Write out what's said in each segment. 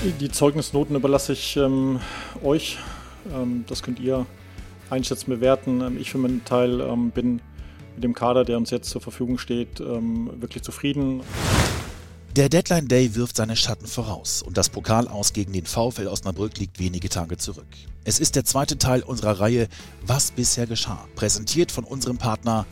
Die Zeugnisnoten überlasse ich euch. Das könnt ihr einschätzen, bewerten. Ich für meinen Teil bin mit dem Kader, der uns jetzt zur Verfügung steht, wirklich zufrieden. Der Deadline Day wirft seine Schatten voraus und das Pokalaus gegen den VfL Osnabrück liegt wenige Tage zurück. Es ist der zweite Teil unserer Reihe Was bisher geschah, präsentiert von unserem Partner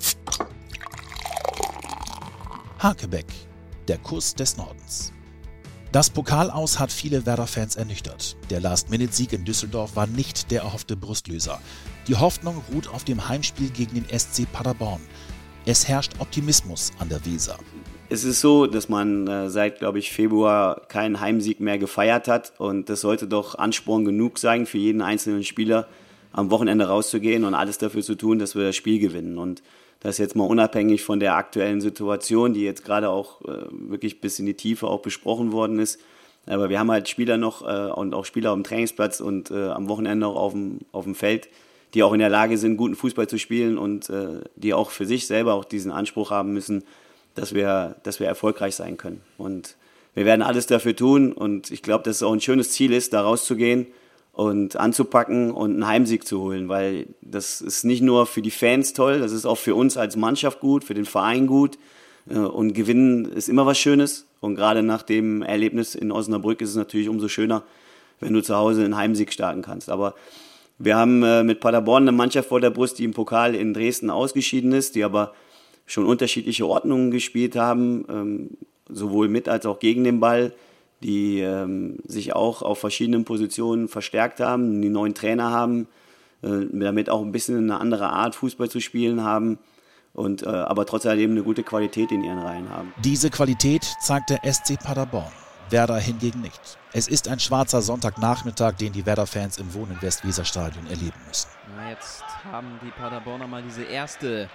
Hakebeck, der Kuss des Nordens. Das Pokalaus hat viele Werder-Fans ernüchtert. Der Last-Minute-Sieg in Düsseldorf war nicht der erhoffte Brustlöser. Die Hoffnung ruht auf dem Heimspiel gegen den SC Paderborn. Es herrscht Optimismus an der Weser. Es ist so, dass man seit, glaube ich, Februar keinen Heimsieg mehr gefeiert hat. Und das sollte doch Ansporn genug sein für jeden einzelnen Spieler, am Wochenende rauszugehen und alles dafür zu tun, dass wir das Spiel gewinnen. Und das jetzt mal unabhängig von der aktuellen Situation, die jetzt gerade auch wirklich bis in die Tiefe auch besprochen worden ist. Aber wir haben halt Spieler noch und auch Spieler auf dem Trainingsplatz und am Wochenende auch auf dem Feld, die auch in der Lage sind, guten Fußball zu spielen und die auch für sich selber auch diesen Anspruch haben müssen, dass wir erfolgreich sein können. Und wir werden alles dafür tun und ich glaube, dass es auch ein schönes Ziel ist, da rauszugehen und anzupacken und einen Heimsieg zu holen, weil das ist nicht nur für die Fans toll, das ist auch für uns als Mannschaft gut, für den Verein gut und gewinnen ist immer was Schönes und gerade nach dem Erlebnis in Osnabrück ist es natürlich umso schöner, wenn du zu Hause einen Heimsieg starten kannst. Aber wir haben mit Paderborn eine Mannschaft vor der Brust, die im Pokal in Dresden ausgeschieden ist, die aber schon unterschiedliche Ordnungen gespielt haben, sowohl mit als auch gegen den Ball, die sich auch auf verschiedenen Positionen verstärkt haben, die neuen Trainer haben, damit auch ein bisschen eine andere Art Fußball zu spielen haben und aber trotzdem eine gute Qualität in ihren Reihen haben. Diese Qualität zeigt der SC Paderborn, Werder hingegen nicht. Es ist ein schwarzer Sonntagnachmittag, den die Werder-Fans im Wohn- im Westweserstadion erleben müssen. Na, jetzt haben die Paderborner mal diese erste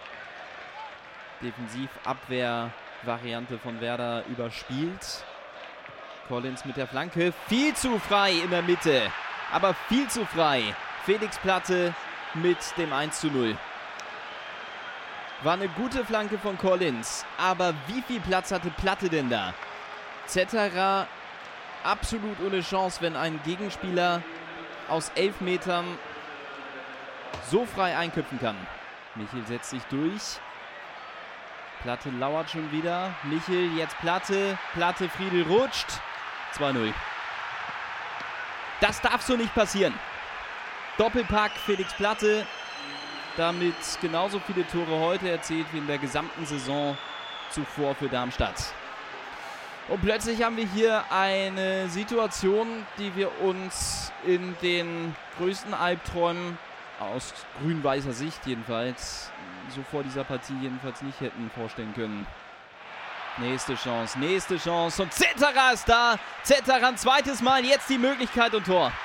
Defensivabwehr-Variante von Werder überspielt. Collins mit der Flanke, viel zu frei in der Mitte, aber viel zu frei. Felix Platte mit dem 1:0. War eine gute Flanke von Collins, aber wie viel Platz hatte Platte denn da? Zetterer absolut ohne Chance, wenn ein Gegenspieler aus 11 Metern so frei einköpfen kann. Michel setzt sich durch. Platte lauert schon wieder. Michel, jetzt Platte. Platte, Friedel rutscht. 2:0. Das darf so nicht passieren. Doppelpack Felix Platte. Damit genauso viele Tore heute erzielt wie in der gesamten Saison zuvor für Darmstadt. Und plötzlich haben wir hier eine Situation, die wir uns in den größten Albträumen aus grün-weißer Sicht jedenfalls so vor dieser Partie jedenfalls nicht hätten vorstellen können. Nächste Chance und Zetterer ist da. Zetterer ein zweites Mal, jetzt die Möglichkeit und Tor.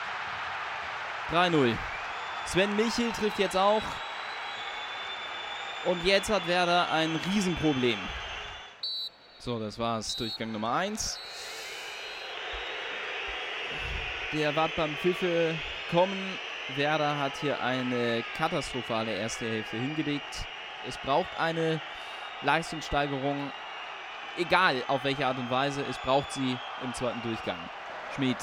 3:0. Sven Michel trifft jetzt auch. Und jetzt hat Werder ein Riesenproblem. So, das war's. Durchgang Nummer 1. Der wird beim Pfiffe kommen. Werder hat hier eine katastrophale erste Hälfte hingelegt. Es braucht eine Leistungssteigerung, egal auf welche Art und Weise. Es braucht sie im zweiten Durchgang. Schmidt.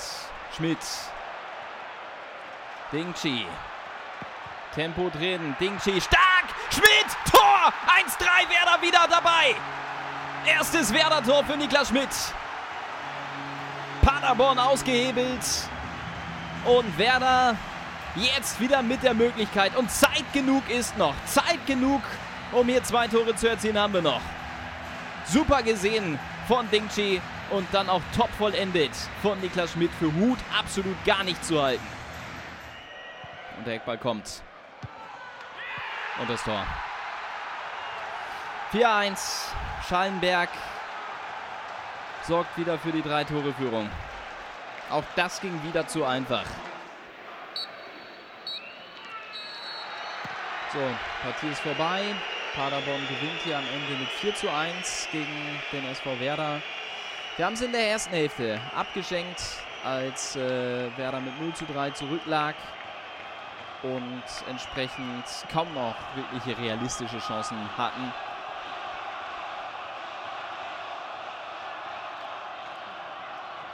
Dingchi. Tempo drin. Dingchi stark. Schmidt. Tor. 1:3. Werder wieder dabei. Erstes Werder-Tor für Niklas Schmidt. Paderborn ausgehebelt. Und Werder jetzt wieder mit der Möglichkeit. Und Zeit genug ist noch. Zeit genug, um hier 2 Tore zu erzielen, haben wir noch. Super gesehen von Dingchi. Und dann auch top vollendet von Niklas Schmidt. Für Hut absolut gar nicht zu halten. Und der Eckball kommt. Und das Tor. 4:1. Schallenberg sorgt wieder für die 3-Tore-Führung. Auch das ging wieder zu einfach. So, Partie ist vorbei. Paderborn gewinnt hier am Ende mit 4:1 gegen den SV Werder. Wir haben es in der ersten Hälfte abgeschenkt, als Werder mit 0:3 zurücklag und entsprechend kaum noch wirkliche realistische Chancen hatten.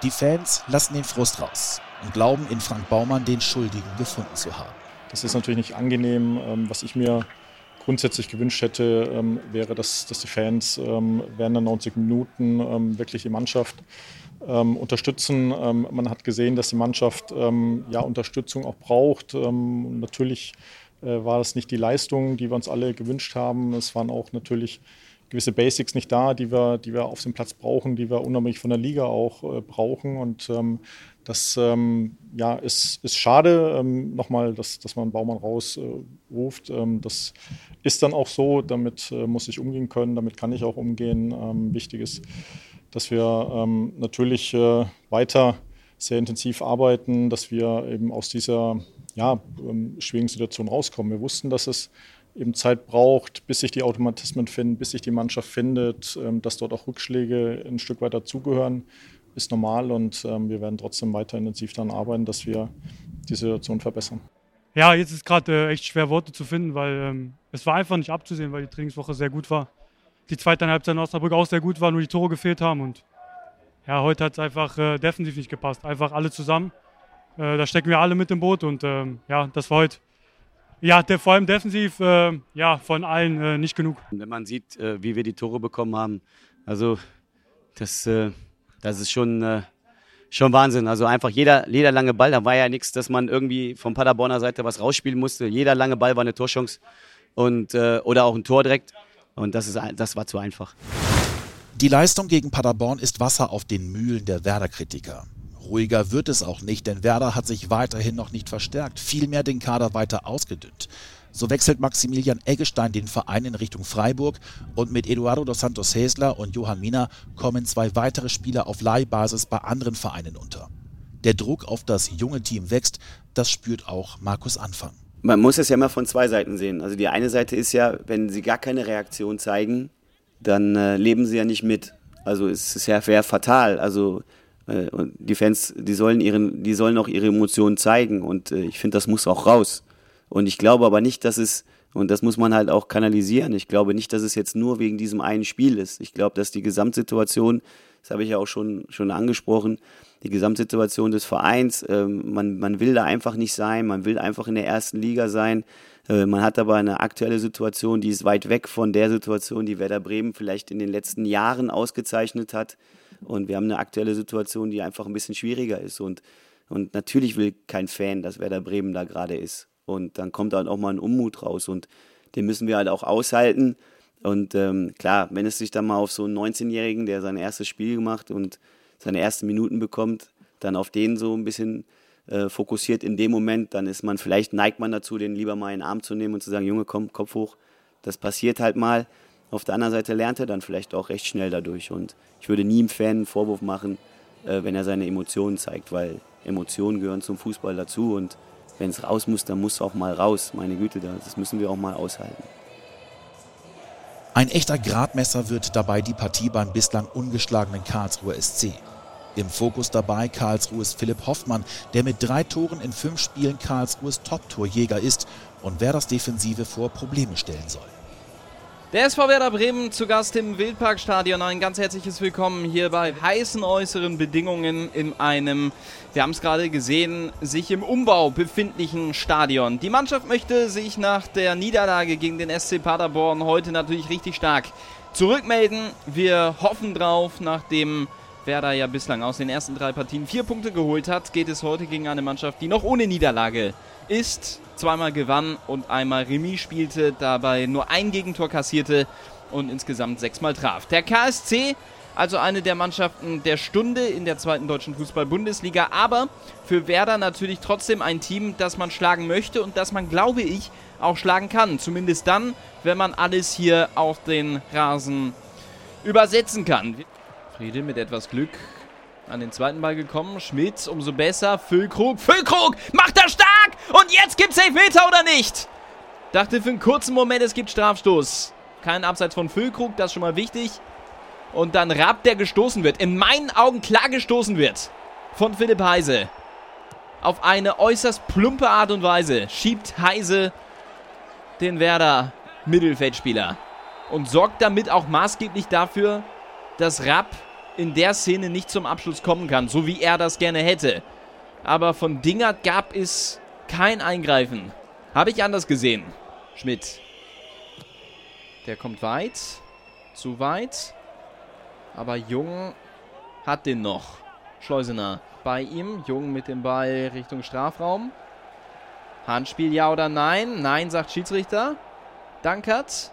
Die Fans lassen den Frust raus und glauben, in Frank Baumann den Schuldigen gefunden zu haben. Das ist natürlich nicht angenehm. Was ich mir grundsätzlich gewünscht hätte, wäre, dass die Fans während der 90 Minuten wirklich die Mannschaft unterstützen. Man hat gesehen, dass die Mannschaft Unterstützung auch braucht. Natürlich war das nicht die Leistung, die wir uns alle gewünscht haben. Es waren auch natürlich gewisse Basics nicht da, die wir auf dem Platz brauchen, die wir unabhängig von der Liga auch brauchen. Und das ist schade, nochmal, dass man Baumann rausruft. Das ist dann auch so, damit muss ich umgehen können, damit kann ich auch umgehen. Wichtig ist, dass wir natürlich weiter sehr intensiv arbeiten, dass wir eben aus dieser schwierigen Situation rauskommen. Wir wussten, dass es eben Zeit braucht, bis sich die Automatismen finden, bis sich die Mannschaft findet, dass dort auch Rückschläge ein Stück weit dazugehören, ist normal und wir werden trotzdem weiter intensiv daran arbeiten, dass wir die Situation verbessern. Ja, jetzt ist gerade echt schwer, Worte zu finden, weil es war einfach nicht abzusehen, weil die Trainingswoche sehr gut war. Die zweite Halbzeit in Osnabrück auch sehr gut war, nur die Tore gefehlt haben und ja, heute hat es einfach defensiv nicht gepasst. Einfach alle zusammen, da stecken wir alle mit im Boot und das war heute. Ja, vor allem defensiv von allen nicht genug. Wenn man sieht, wie wir die Tore bekommen haben, also das ist schon Wahnsinn. Also einfach jeder lange Ball, da war ja nichts, dass man irgendwie von Paderborner Seite was rausspielen musste. Jeder lange Ball war eine Torchance oder auch ein Tor direkt und das war zu einfach. Die Leistung gegen Paderborn ist Wasser auf den Mühlen der Werder-Kritiker. Ruhiger wird es auch nicht, denn Werder hat sich weiterhin noch nicht verstärkt, vielmehr den Kader weiter ausgedünnt. So wechselt Maximilian Eggestein den Verein in Richtung Freiburg und mit Eduardo dos Santos Häsler und Johann Mina kommen 2 weitere Spieler auf Leihbasis bei anderen Vereinen unter. Der Druck auf das junge Team wächst, das spürt auch Markus Anfang. Man muss es ja immer von 2 Seiten sehen. Also die eine Seite ist ja, wenn sie gar keine Reaktion zeigen, dann leben sie ja nicht mit. Also es ist ja fatal. Also und die Fans, die sollen auch ihre Emotionen zeigen und ich finde, das muss auch raus. Und ich glaube aber nicht, und das muss man halt auch kanalisieren, ich glaube nicht, dass es jetzt nur wegen diesem einen Spiel ist. Ich glaube, dass die Gesamtsituation, das habe ich ja auch schon angesprochen, die Gesamtsituation des Vereins, man will da einfach nicht sein, man will einfach in der ersten Liga sein. Man hat aber eine aktuelle Situation, die ist weit weg von der Situation, die Werder Bremen vielleicht in den letzten Jahren ausgezeichnet hat. Und wir haben eine aktuelle Situation, die einfach ein bisschen schwieriger ist. Und natürlich will kein Fan, dass Werder Bremen da gerade ist. Und dann kommt halt auch mal ein Unmut raus. Und den müssen wir halt auch aushalten. Und klar, wenn es sich dann mal auf so einen 19-Jährigen, der sein erstes Spiel gemacht und seine ersten Minuten bekommt, dann auf den so ein bisschen fokussiert in dem Moment, dann neigt man dazu, den lieber mal in den Arm zu nehmen und zu sagen, Junge, komm, Kopf hoch. Das passiert halt mal. Auf der anderen Seite lernt er dann vielleicht auch recht schnell dadurch. Und ich würde nie einem Fan einen Vorwurf machen, wenn er seine Emotionen zeigt, weil Emotionen gehören zum Fußball dazu. Und wenn es raus muss, dann muss es auch mal raus. Meine Güte, das müssen wir auch mal aushalten. Ein echter Gradmesser wird dabei die Partie beim bislang ungeschlagenen Karlsruher SC. Im Fokus dabei Karlsruhes Philipp Hoffmann, der mit 3 Toren in 5 Spielen Karlsruhes Top-Torjäger ist und Werders Defensive vor Probleme stellen soll. Der SV Werder Bremen zu Gast im Wildparkstadion. Ein ganz herzliches Willkommen hier bei heißen äußeren Bedingungen in einem, wir haben es gerade gesehen, sich im Umbau befindlichen Stadion. Die Mannschaft möchte sich nach der Niederlage gegen den SC Paderborn heute natürlich richtig stark zurückmelden. Wir hoffen drauf, nachdem Werder ja bislang aus den ersten 3 Partien 4 Punkte geholt hat, geht es heute gegen eine Mannschaft, die noch ohne Niederlage ist, 2-mal gewann und einmal Remis spielte, dabei nur ein Gegentor kassierte und insgesamt 6-mal traf. Der KSC, also eine der Mannschaften der Stunde in der 2. deutschen Fußball-Bundesliga, aber für Werder natürlich trotzdem ein Team, das man schlagen möchte und das man, glaube ich, auch schlagen kann. Zumindest dann, wenn man alles hier auf den Rasen übersetzen kann. Friedel mit etwas Glück an den zweiten Ball gekommen. Schmitz umso besser. Füllkrug macht er stark! Und jetzt gibt's Elfmeter oder nicht? Dachte für einen kurzen Moment, es gibt Strafstoß. Kein Abseits von Füllkrug, das ist schon mal wichtig. Und dann Rapp, der gestoßen wird. In meinen Augen klar gestoßen wird. Von Philipp Heise. Auf eine äußerst plumpe Art und Weise schiebt Heise den Werder Mittelfeldspieler. Und sorgt damit auch maßgeblich dafür, dass Rapp in der Szene nicht zum Abschluss kommen kann, so wie er das gerne hätte. Aber von Dingert gab es kein Eingreifen. Habe ich anders gesehen. Schmidt. Der kommt weit. Zu weit. Aber Jung hat den noch. Schleusener bei ihm. Jung mit dem Ball Richtung Strafraum. Handspiel, ja oder nein? Nein, sagt Schiedsrichter. Dankert.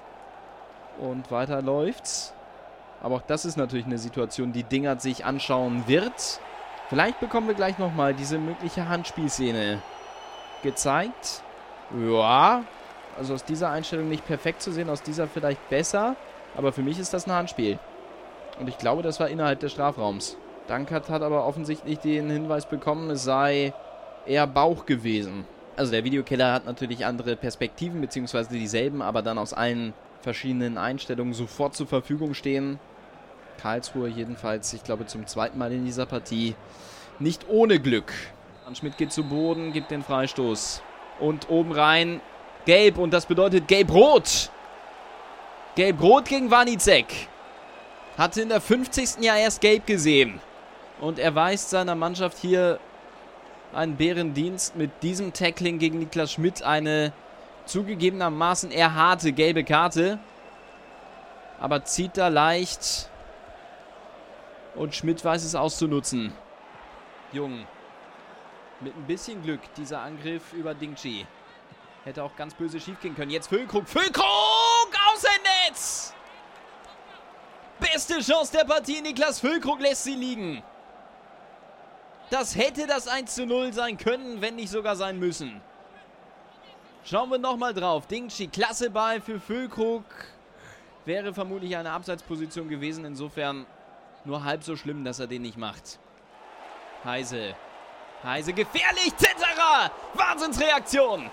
Und weiter läuft's. Aber auch das ist natürlich eine Situation, die Dingert sich anschauen wird. Vielleicht bekommen wir gleich nochmal diese mögliche Handspielszene gezeigt. Ja, also aus dieser Einstellung nicht perfekt zu sehen, aus dieser vielleicht besser. Aber für mich ist das ein Handspiel. Und ich glaube, das war innerhalb des Strafraums. Dankert hat aber offensichtlich den Hinweis bekommen, es sei eher Bauch gewesen. Also der Videokeller hat natürlich andere Perspektiven, beziehungsweise dieselben, aber dann aus allen verschiedenen Einstellungen sofort zur Verfügung stehen. Karlsruhe jedenfalls, ich glaube, zum zweiten Mal in dieser Partie nicht ohne Glück. Schmidt geht zu Boden, gibt den Freistoß. Und oben rein gelb und das bedeutet gelb-rot. Gelb-rot gegen Wanizek. Hatte in der 50. ja erst gelb gesehen. Und erweist seiner Mannschaft hier einen Bärendienst mit diesem Tackling gegen Niklas Schmidt. Eine zugegebenermaßen eher harte gelbe Karte. Aber zieht da leicht. Und Schmidt weiß es auszunutzen. Jung. Mit ein bisschen Glück dieser Angriff über Dingchi. Hätte auch ganz böse schief gehen können. Jetzt Füllkrug. Füllkrug! Außennetz! Beste Chance der Partie. Niklas Füllkrug lässt sie liegen. Das hätte das 1:0 sein können, wenn nicht sogar sein müssen. Schauen wir nochmal drauf. Dingchi, klasse Ball für Füllkrug. Wäre vermutlich eine Abseitsposition gewesen. Insofern nur halb so schlimm, dass er den nicht macht. Heise. Heise gefährlich. Zetterer. Wahnsinnsreaktion.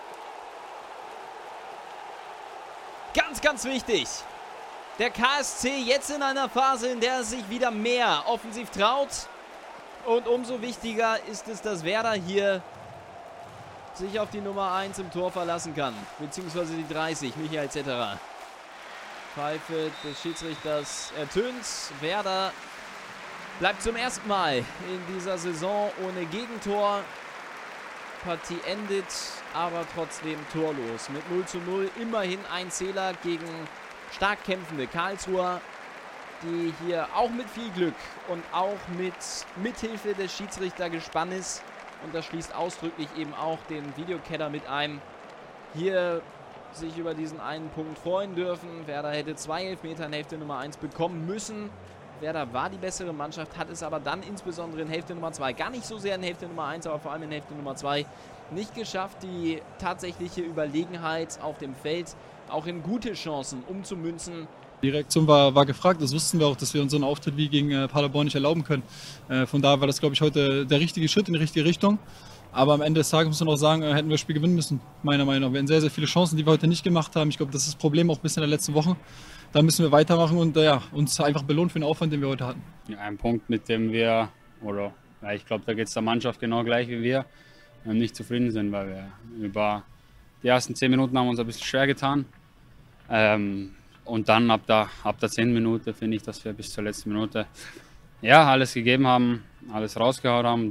Ganz, ganz wichtig. Der KSC jetzt in einer Phase, in der er sich wieder mehr offensiv traut. Und umso wichtiger ist es, dass Werder hier sich auf die Nummer 1 im Tor verlassen kann. Beziehungsweise die 30, Michael Zetterer. Pfeife des Schiedsrichters ertönt. Werder bleibt zum ersten Mal in dieser Saison ohne Gegentor. Partie endet, aber trotzdem torlos. Mit 0:0 immerhin ein Zähler gegen stark kämpfende Karlsruher, die hier auch mit viel Glück und auch mit Mithilfe des Schiedsrichtergespannes, und das schließt ausdrücklich eben auch den Videokeller mit ein, hier sich über diesen einen Punkt freuen dürfen. Werder hätte 2 Elfmeter in Hälfte Nummer 1 bekommen müssen. Werder war die bessere Mannschaft, hat es aber dann insbesondere in Hälfte Nummer 2, gar nicht so sehr in Hälfte Nummer 1, aber vor allem in Hälfte Nummer 2, nicht geschafft, die tatsächliche Überlegenheit auf dem Feld auch in gute Chancen umzumünzen. Die Reaktion war gefragt, das wussten wir auch, dass wir uns so einen Auftritt wie gegen Paderborn nicht erlauben können. Von daher war das, glaube ich, heute der richtige Schritt in die richtige Richtung. Aber am Ende des Tages muss man auch sagen, hätten wir das Spiel gewinnen müssen, meiner Meinung nach. Wir hatten sehr, sehr viele Chancen, die wir heute nicht gemacht haben. Ich glaube, das ist das Problem auch ein bisschen in der letzten Woche. Da müssen wir weitermachen und uns einfach belohnen für den Aufwand, den wir heute hatten. Ja, ein Punkt, mit dem wir, ich glaube, da geht es der Mannschaft genau gleich wie wir, nicht zufrieden sind, weil wir über die ersten 10 Minuten haben uns ein bisschen schwer getan. Und dann ab der 10. Minute finde ich, dass wir bis zur letzten Minute alles gegeben haben, alles rausgehauen haben,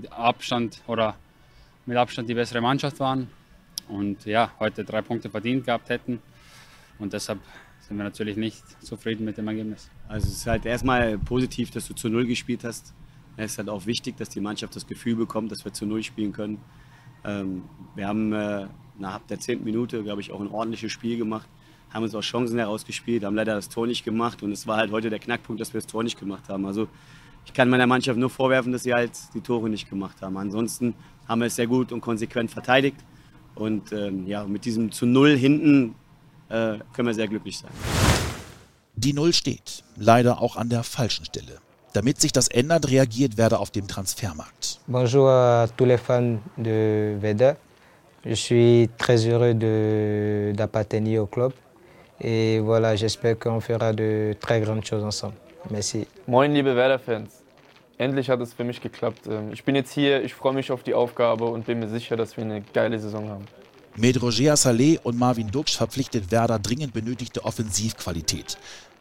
mit Abstand die bessere Mannschaft waren und heute 3 Punkte verdient gehabt hätten. Und deshalb sind wir natürlich nicht zufrieden mit dem Ergebnis. Also es ist halt erstmal positiv, dass du zu 0 gespielt hast. Es ist halt auch wichtig, dass die Mannschaft das Gefühl bekommt, dass wir zu 0 spielen können. Wir haben ab der 10. Minute, glaube ich, auch ein ordentliches Spiel gemacht, haben uns auch Chancen herausgespielt, haben leider das Tor nicht gemacht und es war halt heute der Knackpunkt, dass wir das Tor nicht gemacht haben. Also ich kann meiner Mannschaft nur vorwerfen, dass sie halt die Tore nicht gemacht haben. Ansonsten haben wir es sehr gut und konsequent verteidigt und mit diesem zu 0 hinten können wir sehr glücklich sein. Die 0 steht, leider auch an der falschen Stelle. Damit sich das ändert, reagiert Werder auf dem Transfermarkt. Bonjour à tous les fans de Werder. Je suis très heureux d'appartenir au club. Et voilà, j'espère qu'on fera de très grandes choses ensemble. Merci. Moin, liebe Werder-Fans. Endlich hat es für mich geklappt. Ich bin jetzt hier, ich freue mich auf die Aufgabe und bin mir sicher, dass wir eine geile Saison haben. Mit Roger Saleh und Marvin Duksch verpflichtet Werder dringend benötigte Offensivqualität.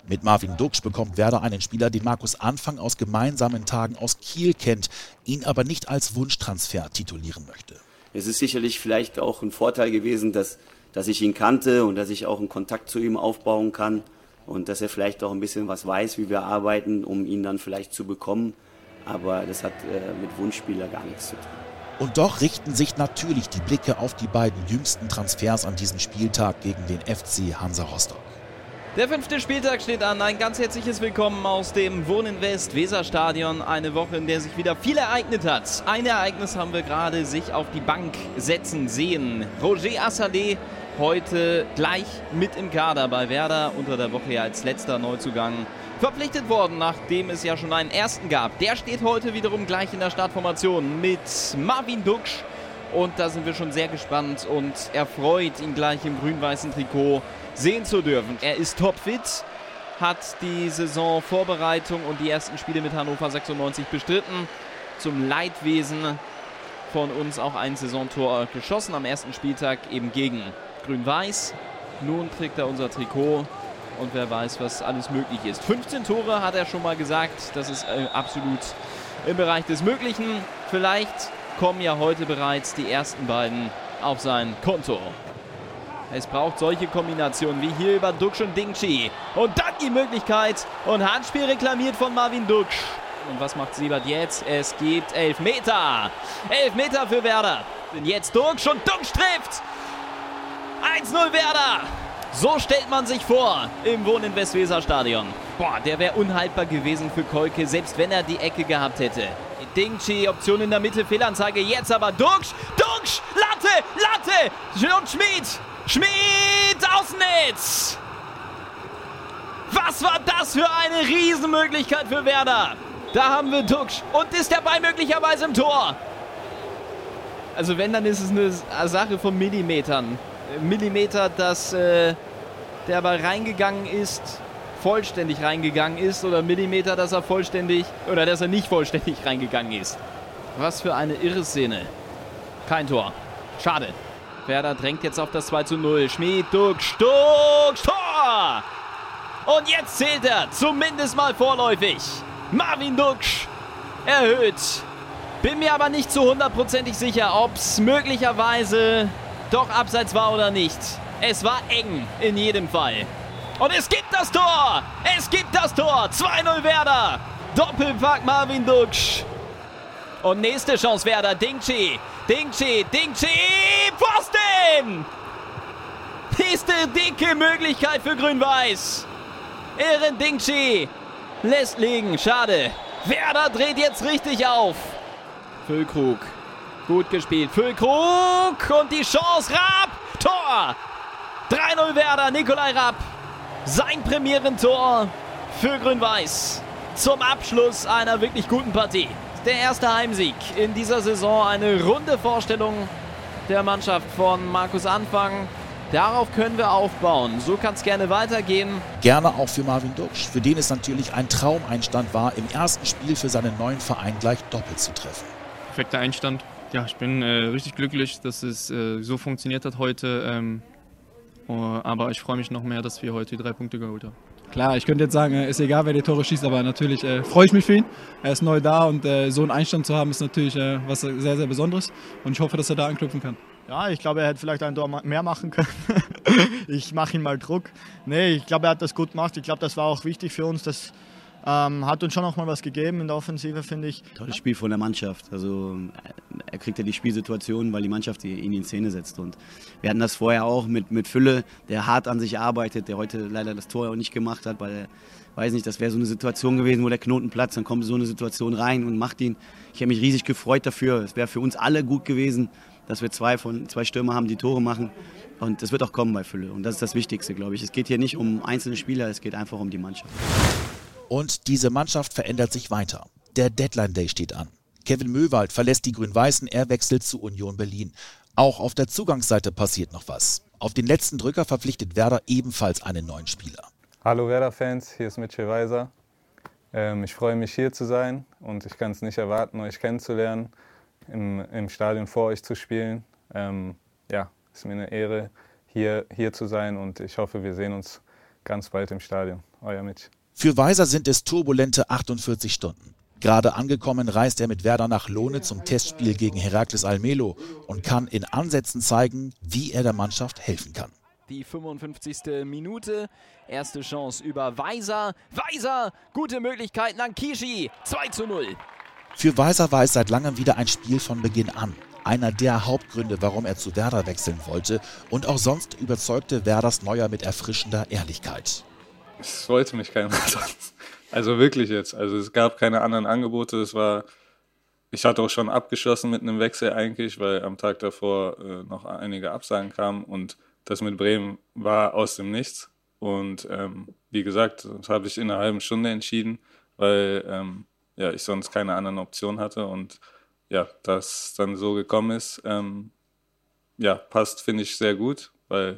Mit Marvin Duksch bekommt Werder einen Spieler, den Markus Anfang aus gemeinsamen Tagen aus Kiel kennt, ihn aber nicht als Wunschtransfer titulieren möchte. Es ist sicherlich vielleicht auch ein Vorteil gewesen, dass ich ihn kannte und dass ich auch einen Kontakt zu ihm aufbauen kann und dass er vielleicht auch ein bisschen was weiß, wie wir arbeiten, um ihn dann vielleicht zu bekommen. Aber das hat mit Wunschspieler gar nichts zu tun. Und doch richten sich natürlich die Blicke auf die beiden jüngsten Transfers an diesem Spieltag gegen den FC Hansa Rostock. Der 5. Spieltag steht an. Ein ganz herzliches Willkommen aus dem Wohninvest Weserstadion. Eine Woche, in der sich wieder viel ereignet hat. Ein Ereignis haben wir gerade sich auf die Bank setzen sehen. Roger Assalé heute gleich mit im Kader bei Werder. Unter der Woche als letzter Neuzugang verpflichtet worden, nachdem es ja schon einen ersten gab. Der steht heute wiederum gleich in der Startformation mit Marvin Duksch. Und da sind wir schon sehr gespannt und erfreut, ihn gleich im grün-weißen Trikot sehen zu dürfen. Er ist topfit, hat die Saisonvorbereitung und die ersten Spiele mit Hannover 96 bestritten. Zum Leidwesen von uns auch ein Saisontor geschossen am ersten Spieltag eben gegen Grün-Weiß. Nun trägt er unser Trikot und wer weiß, was alles möglich ist. 15 Tore hat er schon mal gesagt, das ist absolut im Bereich des Möglichen. Vielleicht kommen ja heute bereits die ersten beiden auf sein Konto. Es braucht solche Kombinationen wie hier über Duksch und Dingchi. Und dann die Möglichkeit und Handspiel reklamiert von Marvin Duksch. Und was macht Siebert jetzt? Es gibt Elfmeter. Elfmeter für Werder. Und jetzt Duksch und Duksch trifft. 1-0 Werder. So stellt man sich vor im Wohninvest-Weser-Stadion. Boah, der wäre unhaltbar gewesen für Kolke, selbst wenn er die Ecke gehabt hätte. Dingchi, Option in der Mitte, Fehlanzeige. Jetzt aber Duksch, Duksch, Latte und Schmid, Außennetz. Was war das für eine Riesenmöglichkeit für Werder? Da haben wir Duksch und ist der Ball möglicherweise im Tor. Also wenn, dann ist es eine Sache von Millimetern. Millimeter, dass der Ball reingegangen ist, vollständig reingegangen ist, oder Millimeter, dass er nicht vollständig reingegangen ist. Was für eine irre Szene. Kein Tor. Schade. Werder drängt jetzt auf das 2:0. Schmid, Duksch, Tor! Und jetzt zählt er, zumindest mal vorläufig. Marvin Duksch erhöht. Bin mir aber nicht zu 100%ig sicher, ob es möglicherweise doch abseits war oder nicht. Es war eng in jedem Fall. Und es gibt das Tor! 2:0 Werder! Doppelpack Marvin Duksch. Und nächste Chance Werder. Dingchi! Pfosten! Nächste dicke Möglichkeit für Grün-Weiß. Eren Dingchi lässt liegen. Schade. Werder dreht jetzt richtig auf. Füllkrug. Gut gespielt. Füllkrug und die Chance. Rapp! Tor! 3:0 Werder. Nikolai Rapp. Sein Premierentor für Grün-Weiß. Zum Abschluss einer wirklich guten Partie. Der erste Heimsieg in dieser Saison. Eine runde Vorstellung der Mannschaft von Markus Anfang. Darauf können wir aufbauen. So kann es gerne weitergehen. Gerne auch für Marvin Duksch, für den es natürlich ein Traumeinstand war, im ersten Spiel für seinen neuen Verein gleich doppelt zu treffen. Perfekter Einstand. Ja, ich bin richtig glücklich, dass es so funktioniert hat heute. Aber ich freue mich noch mehr, dass wir heute die 3 Punkte geholt haben. Klar, ich könnte jetzt sagen, ist egal, wer die Tore schießt, aber natürlich freue ich mich für ihn. Er ist neu da und so einen Einstand zu haben, ist natürlich was sehr, sehr Besonderes. Und ich hoffe, dass er da anknüpfen kann. Ja, ich glaube, er hätte vielleicht ein Tor mehr machen können. Ich mache ihm mal Druck. Nee, ich glaube, er hat das gut gemacht. Ich glaube, das war auch wichtig für uns. Das hat uns schon auch mal was gegeben in der Offensive, finde ich. Tolles Spiel von der Mannschaft. Also er kriegt ja die Spielsituation, weil die Mannschaft ihn in Szene setzt. Und wir hatten das vorher auch mit Fülle, der hart an sich arbeitet, der heute leider das Tor auch nicht gemacht hat, weil er, weiß nicht, das wäre so eine Situation gewesen, wo der Knoten platzt, dann kommt so eine Situation rein und macht ihn. Ich habe mich riesig gefreut dafür. Es wäre für uns alle gut gewesen, dass wir zwei Stürmer haben, die Tore machen. Und das wird auch kommen bei Fülle. Und das ist das Wichtigste, glaube ich. Es geht hier nicht um einzelne Spieler, es geht einfach um die Mannschaft. Und diese Mannschaft verändert sich weiter. Der Deadline Day steht an. Kevin Möwald verlässt die Grün-Weißen, er wechselt zu Union Berlin. Auch auf der Zugangsseite passiert noch was. Auf den letzten Drücker verpflichtet Werder ebenfalls einen neuen Spieler. Hallo Werder-Fans, hier ist Mitchell Weiser. Ich freue mich, hier zu sein und ich kann es nicht erwarten, euch kennenzulernen, im Stadion vor euch zu spielen. Ja, ist mir eine Ehre, hier zu sein und ich hoffe, wir sehen uns ganz bald im Stadion. Euer Mitch. Für Weiser sind es turbulente 48 Stunden. Gerade angekommen reist er mit Werder nach Lohne zum Testspiel gegen Herakles Almelo und kann in Ansätzen zeigen, wie er der Mannschaft helfen kann. Die 55. Minute, erste Chance über Weiser. Weiser, gute Möglichkeit, Nankishi, 2:0. Für Weiser war es seit langem wieder ein Spiel von Beginn an. Einer der Hauptgründe, warum er zu Werder wechseln wollte. Und auch sonst überzeugte Werders Neuer mit erfrischender Ehrlichkeit. Es wollte mich keiner. Also wirklich jetzt. Also es gab keine anderen Angebote. Ich hatte auch schon abgeschlossen mit einem Wechsel eigentlich, weil am Tag davor noch einige Absagen kamen. Und das mit Bremen war aus dem Nichts. Und wie gesagt, das habe ich in einer halben Stunde entschieden, weil ich sonst keine anderen Optionen hatte. Und ja, dass dann so gekommen ist, passt, finde ich, sehr gut, weil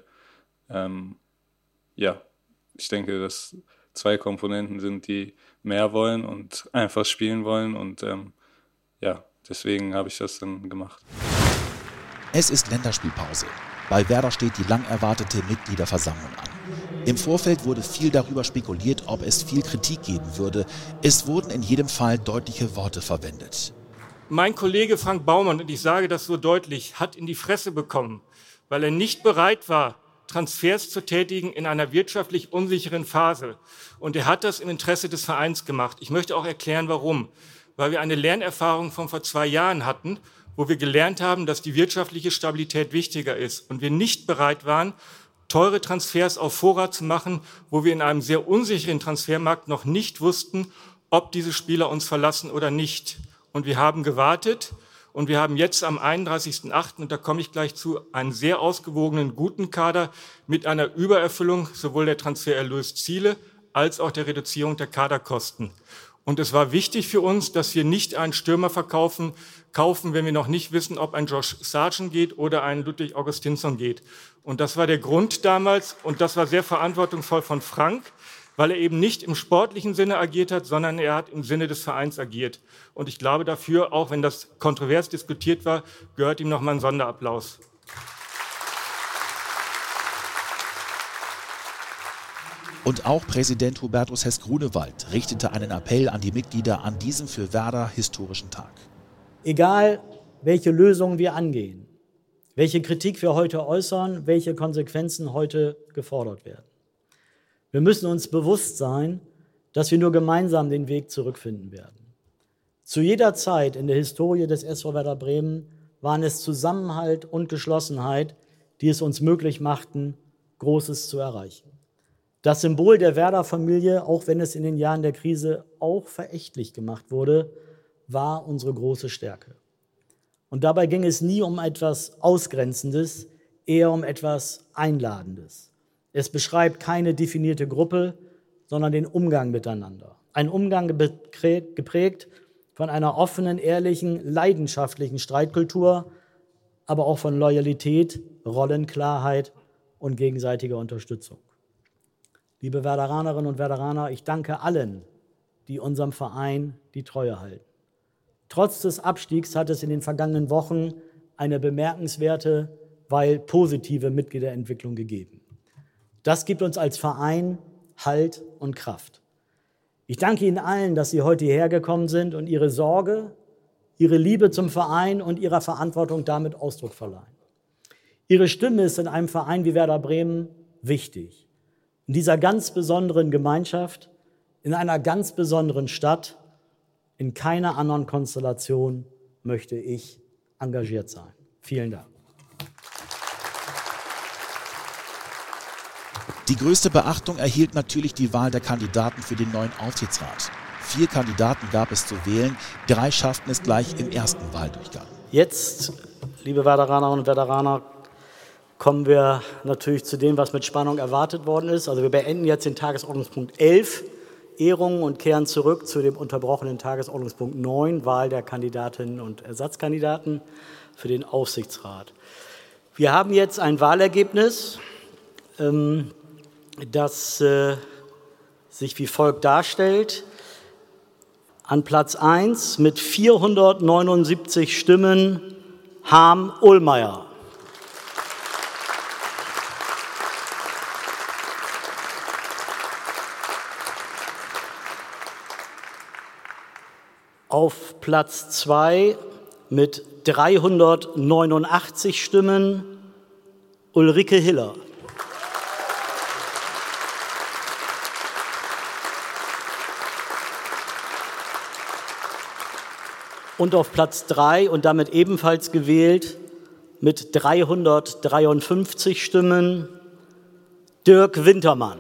ich denke, dass 2 Komponenten sind, die mehr wollen und einfach spielen wollen und deswegen habe ich das dann gemacht. Es ist Länderspielpause. Bei Werder steht die lang erwartete Mitgliederversammlung an. Im Vorfeld wurde viel darüber spekuliert, ob es viel Kritik geben würde. Es wurden in jedem Fall deutliche Worte verwendet. Mein Kollege Frank Baumann, und ich sage das so deutlich, hat in die Fresse bekommen, weil er nicht bereit war, Transfers zu tätigen in einer wirtschaftlich unsicheren Phase. Und er hat das im Interesse des Vereins gemacht. Ich möchte auch erklären, warum. Weil wir eine Lernerfahrung von vor 2 Jahren hatten, wo wir gelernt haben, dass die wirtschaftliche Stabilität wichtiger ist. Und wir nicht bereit waren, teure Transfers auf Vorrat zu machen, wo wir in einem sehr unsicheren Transfermarkt noch nicht wussten, ob diese Spieler uns verlassen oder nicht. Und wir haben gewartet. Und wir haben jetzt am 31.08., und da komme ich gleich zu, einen sehr ausgewogenen, guten Kader mit einer Übererfüllung sowohl der Transfererlösziele als auch der Reduzierung der Kaderkosten. Und es war wichtig für uns, dass wir nicht einen Stürmer kaufen, wenn wir noch nicht wissen, ob ein Josh Sargent geht oder ein Ludwig Augustinsson geht. Und das war der Grund damals, und das war sehr verantwortungsvoll von Frank, weil er eben nicht im sportlichen Sinne agiert hat, sondern er hat im Sinne des Vereins agiert. Und ich glaube dafür, auch wenn das kontrovers diskutiert war, gehört ihm nochmal ein Sonderapplaus. Und auch Präsident Hubertus Hess-Grunewald richtete einen Appell an die Mitglieder an diesem für Werder historischen Tag. Egal, welche Lösungen wir angehen, welche Kritik wir heute äußern, welche Konsequenzen heute gefordert werden. Wir müssen uns bewusst sein, dass wir nur gemeinsam den Weg zurückfinden werden. Zu jeder Zeit in der Historie des SV Werder Bremen waren es Zusammenhalt und Geschlossenheit, die es uns möglich machten, Großes zu erreichen. Das Symbol der Werder-Familie, auch wenn es in den Jahren der Krise auch verächtlich gemacht wurde, war unsere große Stärke. Und dabei ging es nie um etwas Ausgrenzendes, eher um etwas Einladendes. Es beschreibt keine definierte Gruppe, sondern den Umgang miteinander. Ein Umgang geprägt von einer offenen, ehrlichen, leidenschaftlichen Streitkultur, aber auch von Loyalität, Rollenklarheit und gegenseitiger Unterstützung. Liebe Werderanerinnen und Werderaner, ich danke allen, die unserem Verein die Treue halten. Trotz des Abstiegs hat es in den vergangenen Wochen eine bemerkenswerte, weil positive Mitgliederentwicklung gegeben. Das gibt uns als Verein Halt und Kraft. Ich danke Ihnen allen, dass Sie heute hierher gekommen sind und Ihre Sorge, Ihre Liebe zum Verein und Ihrer Verantwortung damit Ausdruck verleihen. Ihre Stimme ist in einem Verein wie Werder Bremen wichtig. In dieser ganz besonderen Gemeinschaft, in einer ganz besonderen Stadt, in keiner anderen Konstellation möchte ich engagiert sein. Vielen Dank. Die größte Beachtung erhielt natürlich die Wahl der Kandidaten für den neuen Aufsichtsrat. 4 Kandidaten gab es zu wählen, 3 schafften es gleich im ersten Wahldurchgang. Jetzt, liebe Werderanerinnen und Werderaner, kommen wir natürlich zu dem, was mit Spannung erwartet worden ist. Also wir beenden jetzt den Tagesordnungspunkt 11, Ehrungen, und kehren zurück zu dem unterbrochenen Tagesordnungspunkt 9, Wahl der Kandidatinnen und Ersatzkandidaten für den Aufsichtsrat. Wir haben jetzt ein Wahlergebnis, das sich wie folgt darstellt. An Platz 1 mit 479 Stimmen Harm Ohlmeier. Auf Platz 2 mit 389 Stimmen Ulrike Hiller. Und auf Platz 3 und damit ebenfalls gewählt mit 353 Stimmen Dirk Wintermann.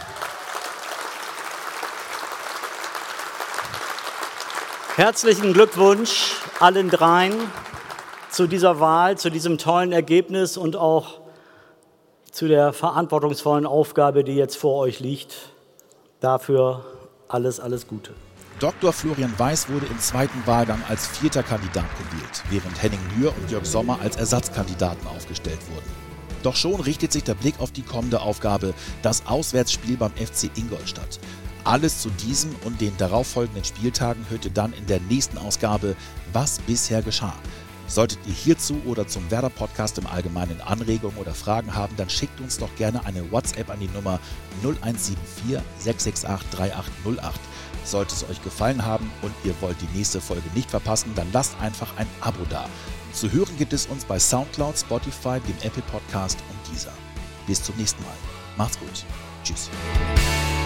Herzlichen Glückwunsch allen dreien zu dieser Wahl, zu diesem tollen Ergebnis und auch zu der verantwortungsvollen Aufgabe, die jetzt vor euch liegt. Dafür alles Gute. Dr. Florian Weiß wurde im zweiten Wahlgang als 4. Kandidat gewählt, während Henning Lühr und Jörg Sommer als Ersatzkandidaten aufgestellt wurden. Doch schon richtet sich der Blick auf die kommende Aufgabe, das Auswärtsspiel beim FC Ingolstadt. Alles zu diesem und den darauffolgenden Spieltagen hört ihr dann in der nächsten Ausgabe Was bisher geschah. Solltet ihr hierzu oder zum Werder-Podcast im Allgemeinen Anregungen oder Fragen haben, dann schickt uns doch gerne eine WhatsApp an die Nummer 0174 668 3808. Sollte es euch gefallen haben und ihr wollt die nächste Folge nicht verpassen, dann lasst einfach ein Abo da. Zu hören gibt es uns bei Soundcloud, Spotify, dem Apple Podcast und Deezer. Bis zum nächsten Mal. Macht's gut. Tschüss.